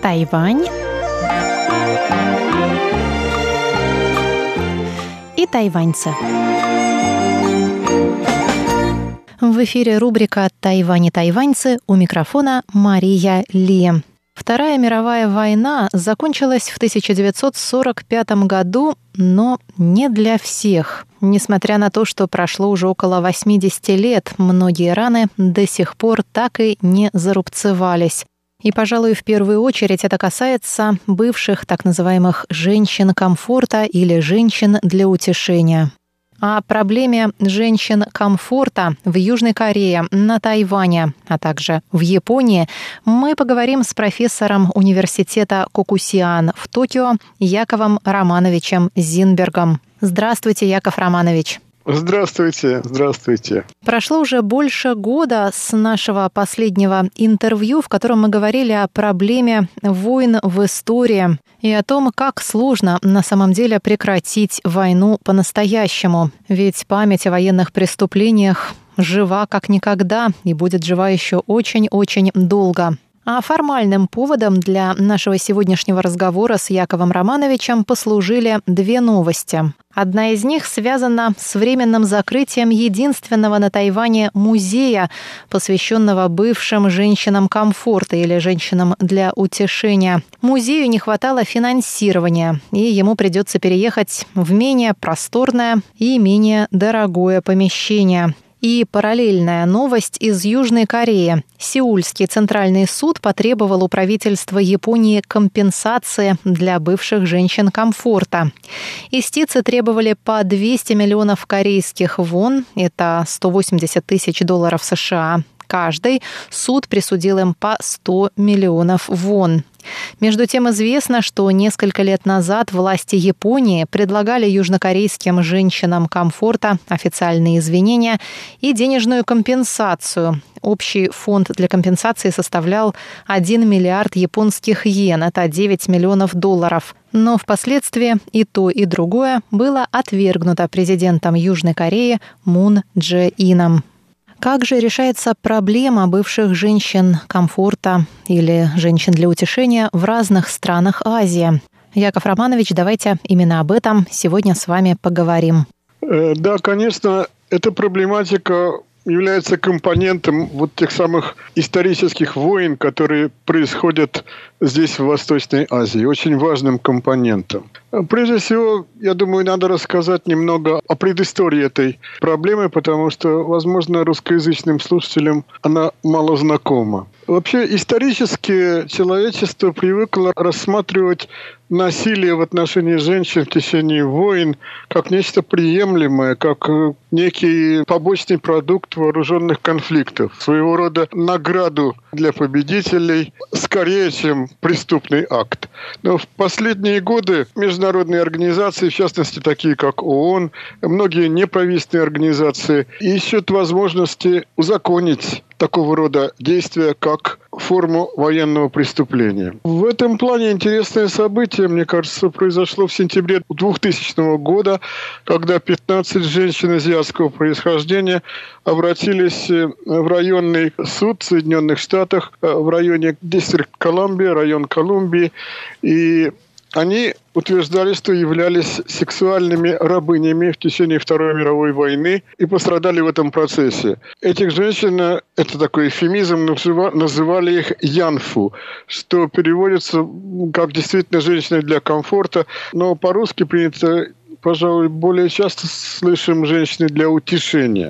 Тайвань и тайваньцы. В эфире рубрика «Тайвань и тайваньцы», у микрофона Мария Ли. Вторая мировая война закончилась в 1945 году, но не для всех. Несмотря на то, что прошло уже около 80 лет, многие раны до сих пор так и не зарубцевались. И, пожалуй, в первую очередь это касается бывших так называемых «женщин комфорта» или «женщин для утешения». О проблеме женщин комфорта в Южной Корее, на Тайване, а также в Японии мы поговорим с профессором университета Кокусиан в Токио Яковом Романовичем Зинбергом. Здравствуйте, Яков Романович. Здравствуйте, здравствуйте. Прошло уже больше года с нашего последнего интервью, в котором мы говорили о проблеме войн в истории и о том, как сложно на самом деле прекратить войну по-настоящему. Ведь память о военных преступлениях жива как никогда и будет жива еще очень-очень долго. А формальным поводом для нашего сегодняшнего разговора с Яковом Романовичем послужили две новости. Одна из них связана с временным закрытием единственного на Тайване музея, посвященного бывшим женщинам комфорта или женщинам для утешения. Музею не хватало финансирования, и ему придется переехать в менее просторное и менее дорогое помещение. И параллельная новость из Южной Кореи. Сеульский центральный суд потребовал у правительства Японии компенсации для бывших женщин комфорта. Истицы требовали по 200 миллионов корейских вон, это 180 тысяч долларов США. Каждый суд присудил им по 100 миллионов вон. Между тем известно, что несколько лет назад власти Японии предлагали южнокорейским женщинам комфорта официальные извинения и денежную компенсацию. Общий фонд для компенсации составлял 1 миллиард японских йен, это 9 миллионов долларов. Но впоследствии и то, и другое было отвергнуто президентом Южной Кореи Мун Дже-ином. Как же решается проблема бывших женщин комфорта или женщин для утешения в разных странах Азии? Яков Романович, давайте именно об этом сегодня с вами поговорим. Да, конечно, эта проблематика является компонентом вот тех самых исторических войн, которые происходят здесь, в Восточной Азии, очень важным компонентом. Прежде всего, я думаю, надо рассказать немного о предыстории этой проблемы, потому что, возможно, русскоязычным слушателям она мало знакома. Вообще, исторически человечество привыкло рассматривать насилие в отношении женщин в течение войн как нечто приемлемое, как некий побочный продукт вооруженных конфликтов, своего рода награду для победителей, скорее, чем преступный акт. Но в последние годы международные организации, в частности, такие как ООН, многие неправительственные организации, ищут возможности узаконить такого рода действия, как форму военного преступления. В этом плане интересное событие, мне кажется, произошло в сентябре 2000 года, когда 15 женщин азиатского происхождения обратились в районный суд в Соединенных Штатах, в районе Дистрикт Колумбия, район Колумбии, и они утверждали, что являлись сексуальными рабынями в течение Второй мировой войны и пострадали в этом процессе. Этих женщин, это такой эвфемизм, называли их янфу, что переводится как действительно женщины для комфорта, но по-русски принято, пожалуй, более часто слышим женщины для утешения.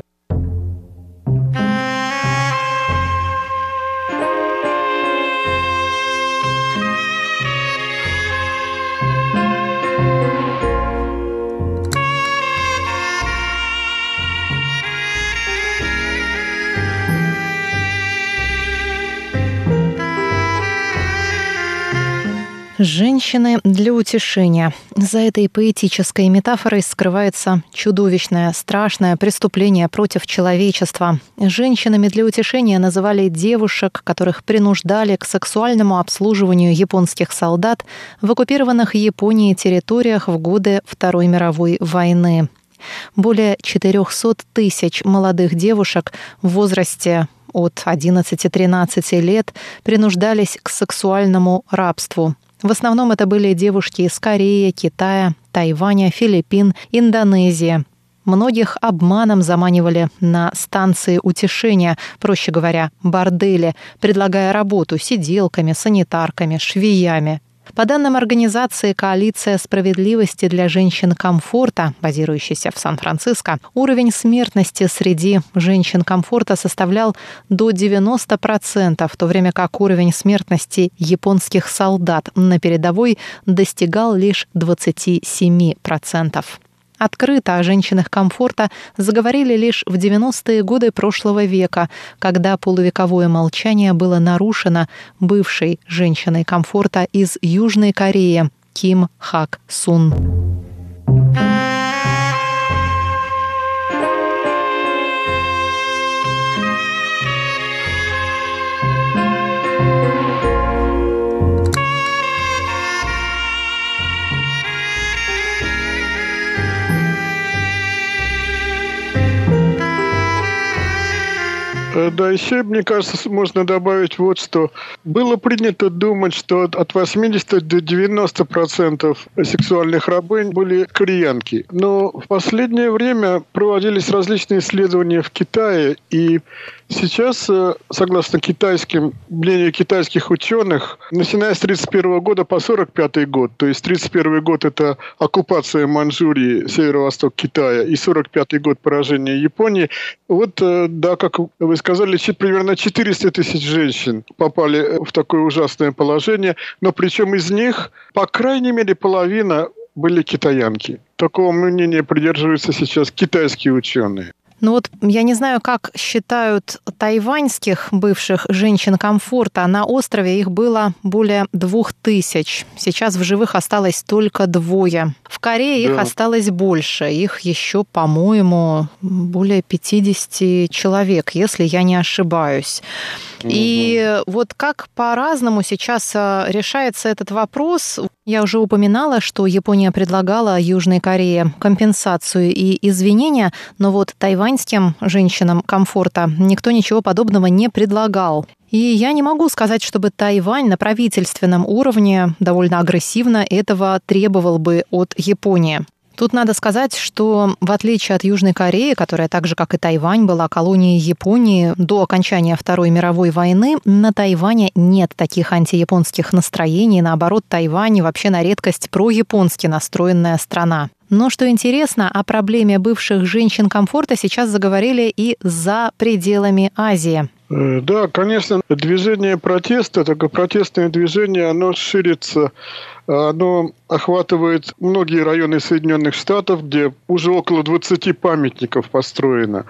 Женщины для утешения. За этой поэтической метафорой скрывается чудовищное, страшное преступление против человечества. Женщинами для утешения называли девушек, которых принуждали к сексуальному обслуживанию японских солдат в оккупированных Японией территориях в годы Второй мировой войны. Более 400 тысяч молодых девушек в возрасте от 11-13 лет принуждались к сексуальному рабству. В основном это были девушки из Кореи, Китая, Тайваня, Филиппин, Индонезии. Многих обманом заманивали на станции утешения, проще говоря, бордели, предлагая работу сиделками, санитарками, швеями. По данным организации «Коалиция справедливости для женщин комфорта», базирующейся в Сан-Франциско, уровень смертности среди женщин комфорта составлял до 90%, в то время как уровень смертности японских солдат на передовой достигал лишь 27%. Открыто о женщинах комфорта заговорили лишь в 90-е годы прошлого века, когда полувековое молчание было нарушено бывшей женщиной комфорта из Южной Кореи Ким Хак Сун. Да, еще, мне кажется, можно добавить вот что. Было принято думать, что от 80 до 90% сексуальных рабынь были кореянки. Но в последнее время проводились различные исследования в Китае, и сейчас, согласно мнению китайских ученых, начиная с 1931 года по 1945 год, то есть 1931 год – это оккупация Маньчжурии, северо-восток Китая, и 1945 год – поражение Японии, вот, да, как вы сказали, примерно 400 тысяч женщин попали в такое ужасное положение, но причем из них, по крайней мере, половина были китаянки. Такого мнения придерживаются сейчас китайские ученые. Ну вот я не знаю, как считают тайваньских бывших женщин комфорта. На острове их было более 2000. Сейчас в живых осталось только 2. В Корее их осталось больше. Их еще, по-моему, более 50 человек, если я не ошибаюсь. И вот как по-разному сейчас решается этот вопрос. Я уже упоминала, что Япония предлагала Южной Корее компенсацию и извинения, но вот тайваньским женщинам комфорта никто ничего подобного не предлагал. И я не могу сказать, чтобы Тайвань на правительственном уровне довольно агрессивно этого требовал бы от Японии. Тут надо сказать, что в отличие от Южной Кореи, которая так же, как и Тайвань, была колонией Японии до окончания Второй мировой войны, на Тайване нет таких антияпонских настроений. Наоборот, Тайвань вообще на редкость прояпонски настроенная страна. Но что интересно, о проблеме бывших женщин комфорта сейчас заговорили и за пределами Азии. Да, конечно, движение протеста, такое протестное движение, оно ширится, оно охватывает многие районы Соединенных Штатов, где уже около 20 памятников построено.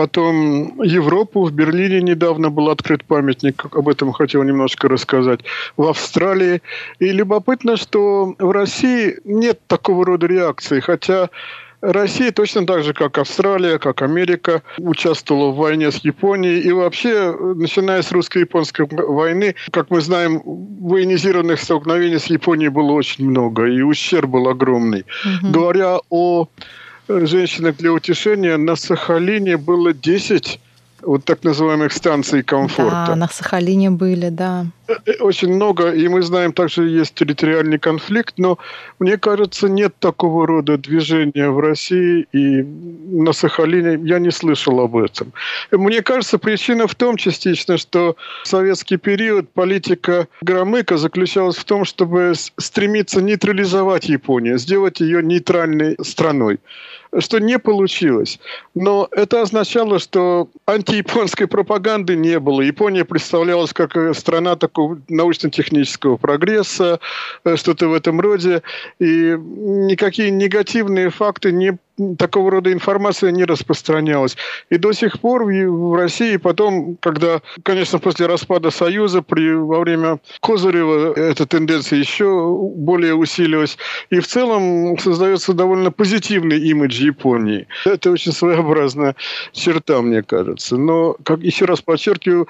Потом Европу, в Берлине недавно был открыт памятник, об этом хотел немножко рассказать, в Австралии. И любопытно, что в России нет такого рода реакции, хотя Россия точно так же, как Австралия, как Америка, участвовала в войне с Японией. И вообще, начиная с русско-японской войны, как мы знаем, военизированных столкновений с Японией было очень много, и ущерб был огромный. Говоря о женщинах для утешения, на Сахалине было 10 вот так называемых станций комфорта. Да, на Сахалине были, да. Очень много, и мы знаем, также есть территориальный конфликт, но, мне кажется, нет такого рода движения в России, и на Сахалине я не слышал об этом. Мне кажется, причина в том частично, что в советский период политика Громыка заключалась в том, чтобы стремиться нейтрализовать Японию, сделать ее нейтральной страной, что не получилось. Но это означало, что антияпонской пропаганды не было. Япония представлялась как страна такого научно-технического прогресса, что-то в этом роде. И никакие негативные факты такого рода информация не распространялась. И до сих пор в России потом, когда, конечно, после распада Союза, во время Козырева эта тенденция еще более усилилась. И в целом создается довольно позитивный имидж Японии. Это очень своеобразная черта, мне кажется. Но, как еще раз подчеркиваю,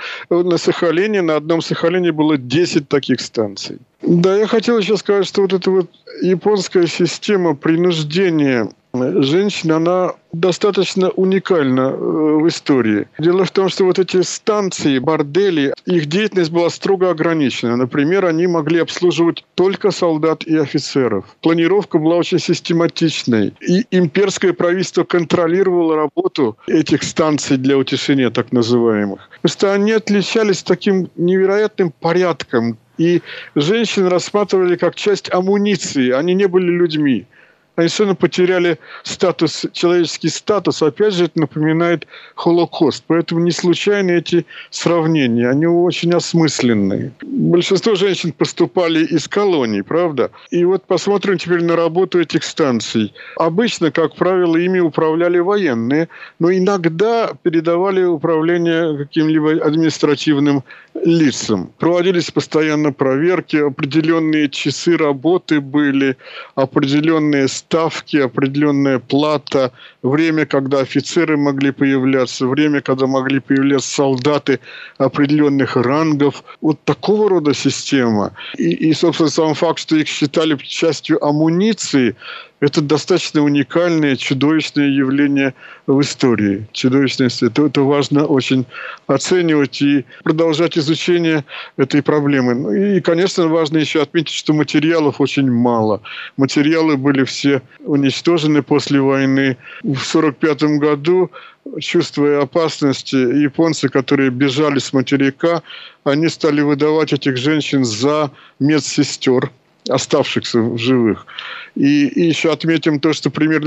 на одном Сахалине было 10 таких станций. Да, я хотел еще сказать, что вот эта вот японская система принуждения Женщина, она достаточно уникальна в истории. Дело в том, что вот эти станции, бордели, их деятельность была строго ограничена. Например, они могли обслуживать только солдат и офицеров. Планировка была очень систематичной. И имперское правительство контролировало работу этих станций для утешения, так называемых. Потому что они отличались таким невероятным порядком. И женщин рассматривали как часть амуниции. Они не были людьми. Они совершенно потеряли человеческий статус. Опять же, это напоминает Холокост. Поэтому не случайны эти сравнения. Они очень осмысленные. Большинство женщин поступали из колоний, правда? И вот посмотрим теперь на работу этих станций. Обычно, как правило, ими управляли военные, но иногда передавали управление каким-либо административным лицам. Проводились постоянно проверки, определенные часы работы были, определенные ставки, определенная плата, время, когда офицеры могли появляться, время, когда могли появляться солдаты определенных рангов. Вот такого рода система. И собственно, сам факт, что их считали частью амуниции, это достаточно уникальное, чудовищное явление в истории. Чудовищность. Это важно очень оценивать и продолжать изучение этой проблемы. И, конечно, важно еще отметить, что материалов очень мало. Материалы были все уничтожены после войны. В 1945 году, чувствуя опасность, японцы, которые бежали с материка, они стали выдавать этих женщин за медсестер, оставшихся в живых. И еще отметим то, что примерно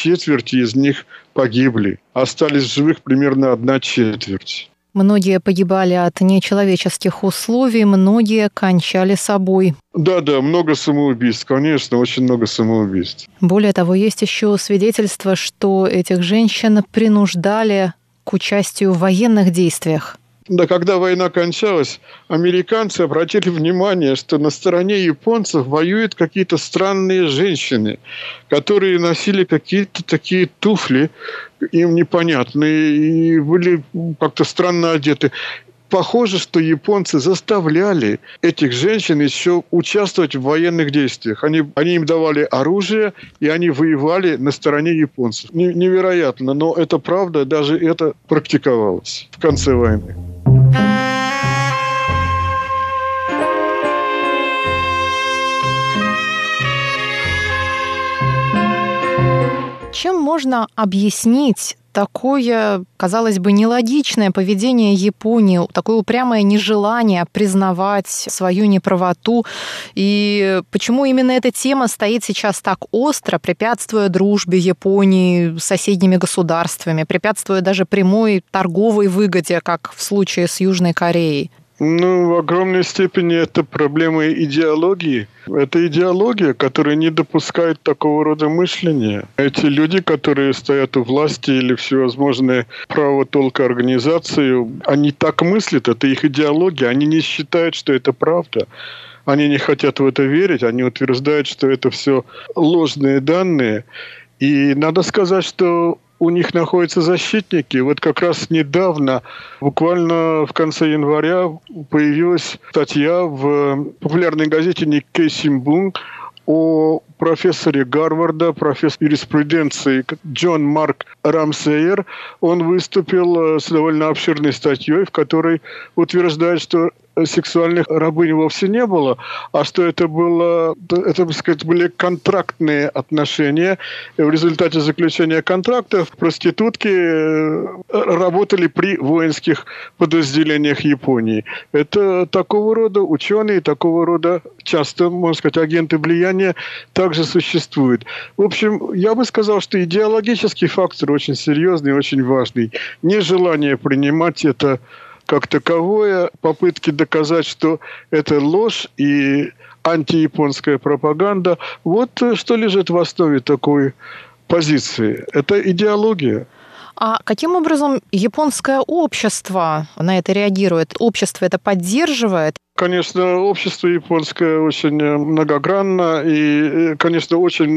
3/4 из них погибли. Остались в живых примерно 1/4. Многие погибали от нечеловеческих условий, многие кончали собой. Да, много самоубийств, конечно, очень много самоубийств. Более того, есть еще свидетельство, что этих женщин принуждали к участию в военных действиях. Да, когда война кончалась, американцы обратили внимание, что на стороне японцев воюют какие-то странные женщины, которые носили какие-то такие туфли, им непонятные, и были как-то странно одеты. Похоже, что японцы заставляли этих женщин еще участвовать в военных действиях. Они им давали оружие, и они воевали на стороне японцев. Невероятно, но это правда, даже это практиковалось в конце войны. Чем можно объяснить такое, казалось бы, нелогичное поведение Японии, такое упрямое нежелание признавать свою неправоту? И почему именно эта тема стоит сейчас так остро, препятствуя дружбе Японии с соседними государствами, препятствуя даже прямой торговой выгоде, как в случае с Южной Кореей? В огромной степени это проблема идеологии. Это идеология, которая не допускает такого рода мышления. Эти люди, которые стоят у власти или всевозможные право толка организации, они так мыслят, это их идеология, они не считают, что это правда. Они не хотят в это верить, они утверждают, что это все ложные данные. И надо сказать, что у них находятся защитники. Вот как раз недавно, буквально в конце января, появилась статья в популярной газете Nikkei Shimbun о профессоре Гарварда, профессор юриспруденции Джон Марк Рамсейер. Он выступил с довольно обширной статьей, в которой утверждает, что сексуальных рабынь вовсе не было, а что это так сказать, были контрактные отношения. И в результате заключения контрактов проститутки работали при воинских подразделениях Японии. Это такого рода ученые, такого рода часто, можно сказать, агенты влияния также существуют. В общем, я бы сказал, что идеологический фактор очень серьезный, очень важный. Нежелание принимать это как таковое, попытки доказать, что это ложь и антияпонская пропаганда. Вот что лежит в основе такой позиции. Это идеология. А каким образом японское общество на это реагирует? Общество это поддерживает? Конечно, общество японское очень многогранно, и, конечно, очень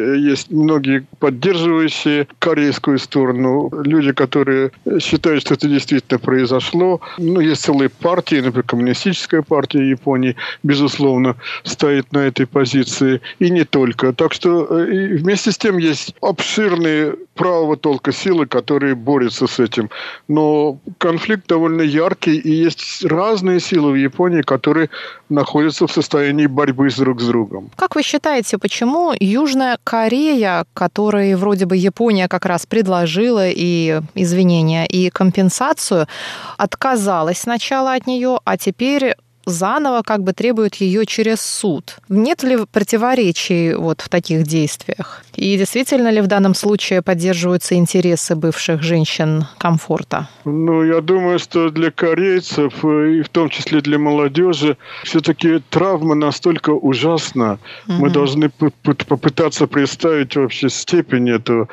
многие поддерживающие корейскую сторону, люди, которые считают, что это действительно произошло. Есть целые партии, например, Коммунистическая партия Японии, безусловно, стоит на этой позиции, и не только. Так что и вместе с тем есть обширные правого толка силы, которые борются с этим. Но конфликт довольно яркий, и есть разные силы в Японии, которые находятся в состоянии борьбы друг с другом. Как вы считаете, почему Южная Корея, которой вроде бы Япония как раз предложила и извинения, и компенсацию, отказалась сначала от нее, а теперь заново как бы требует ее через суд? Нет ли противоречий вот в таких действиях? И действительно ли в данном случае поддерживаются интересы бывших женщин комфорта? Я думаю, что для корейцев, и в том числе для молодежи, все-таки травма настолько ужасна. Мы должны попытаться представить вообще степень этого.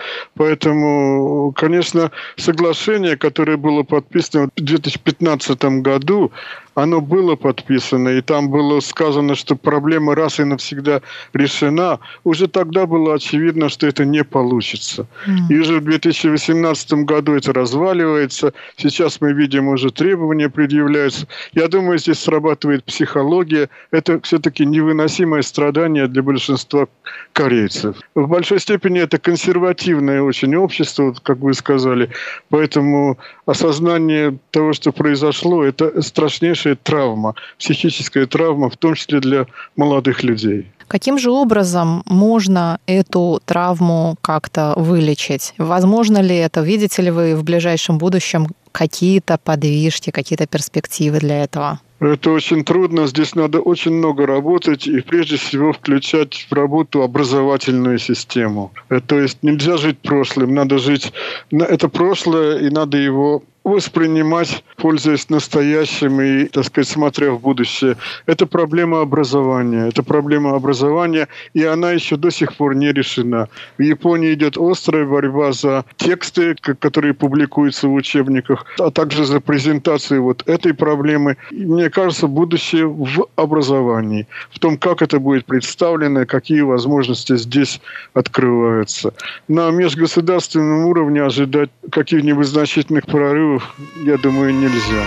Поэтому, конечно, соглашение, которое было подписано в 2015 году, оно было подписано, и там было сказано, что проблема раз и навсегда решена. Уже тогда было очевидно, что это не получится. И уже в 2018 году это разваливается. Сейчас мы видим, уже требования предъявляются. Я думаю, здесь срабатывает психология. Это все-таки невыносимое страдание для большинства корейцев. В большой степени это консервативное очень общество, как вы сказали. Поэтому осознание того, что произошло, это страшнейшая травма, психическая травма, в том числе для молодых людей. Каким же образом можно эту травму как-то вылечить? Возможно ли это? Видите ли вы в ближайшем будущем какие-то подвижки, какие-то перспективы для этого? Это очень трудно. Здесь надо очень много работать и прежде всего включать в работу образовательную систему. То есть нельзя жить прошлым, надо жить... Это прошлое, и надо его воспринимать, пользуясь настоящим и, так сказать, смотря в будущее. Это проблема образования. Это проблема образования, и она еще до сих пор не решена. В Японии идет острая борьба за тексты, которые публикуются в учебниках, а также за презентацию вот этой проблемы. И мне кажется, будущее в образовании, в том, как это будет представлено, какие возможности здесь открываются. На межгосударственном уровне ожидать каких-нибудь значительных прорывов, я думаю, нельзя.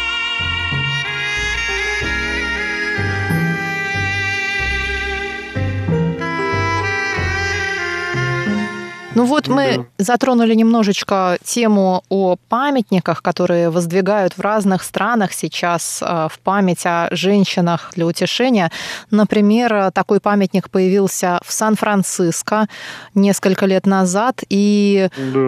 Мы затронули немножечко тему о памятниках, которые воздвигают в разных странах сейчас в память о женщинах для утешения. Например, такой памятник появился в Сан-Франциско несколько лет назад, и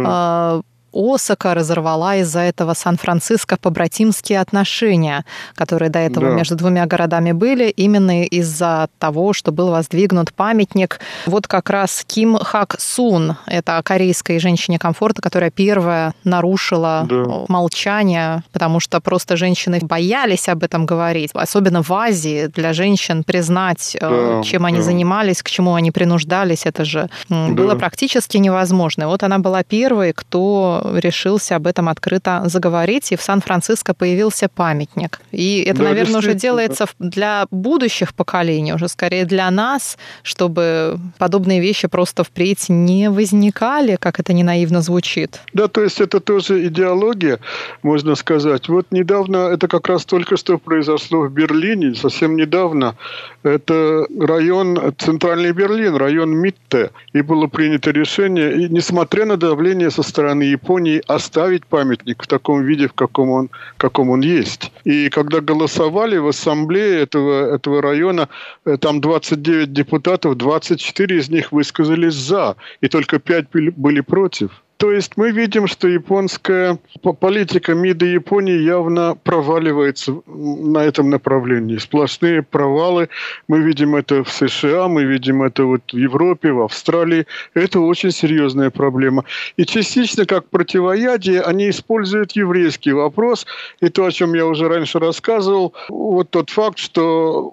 Осака разорвала из-за этого Сан-Франциско побратимские отношения, которые до этого между двумя городами были, именно из-за того, что был воздвигнут памятник. Вот как раз Ким Хак Сун, это корейская женщине комфорта, которая первая нарушила молчание, потому что просто женщины боялись об этом говорить. Особенно в Азии для женщин признать, чем они занимались, к чему они принуждались, это же было практически невозможно. И вот она была первой, кто решился об этом открыто заговорить, и в Сан-Франциско появился памятник. И это, наверное, уже делается для будущих поколений, уже скорее для нас, чтобы подобные вещи просто впредь не возникали, как это не наивно звучит. Да, то есть это тоже идеология, можно сказать. Вот недавно, это как раз только что произошло в Берлине, совсем недавно. Это район, центральный Берлин, район Митте. И было принято решение, и несмотря на давление со стороны Японии, оставить памятник в таком виде, в каком он есть. И когда голосовали в ассамблее этого района, там 29 депутатов, 24 из них высказались «за», и только 5 были против. То есть мы видим, что японская политика МИДа Японии явно проваливается на этом направлении. Сплошные провалы. Мы видим это в США, мы видим это вот в Европе, в Австралии. Это очень серьезная проблема. И частично как противоядие они используют еврейский вопрос. И то, о чем я уже раньше рассказывал, вот тот факт, что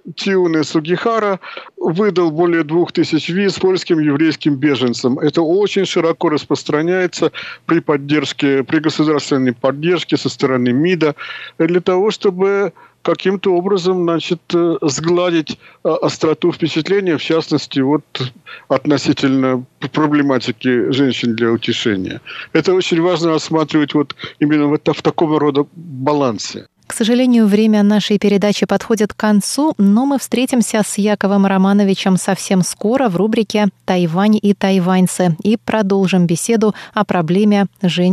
Тиуне Сугихара выдал более 2000 виз польским еврейским беженцам. Это очень широко распространяется при государственной поддержке со стороны МИДа для того, чтобы каким-то образом, сгладить остроту впечатления, в частности, относительно проблематики женщин для утешения. Это очень важно рассматривать именно в такого рода балансе. К сожалению, время нашей передачи подходит к концу, но мы встретимся с Яковом Романовичем совсем скоро в рубрике «Тайвань и тайваньцы» и продолжим беседу о проблеме женщин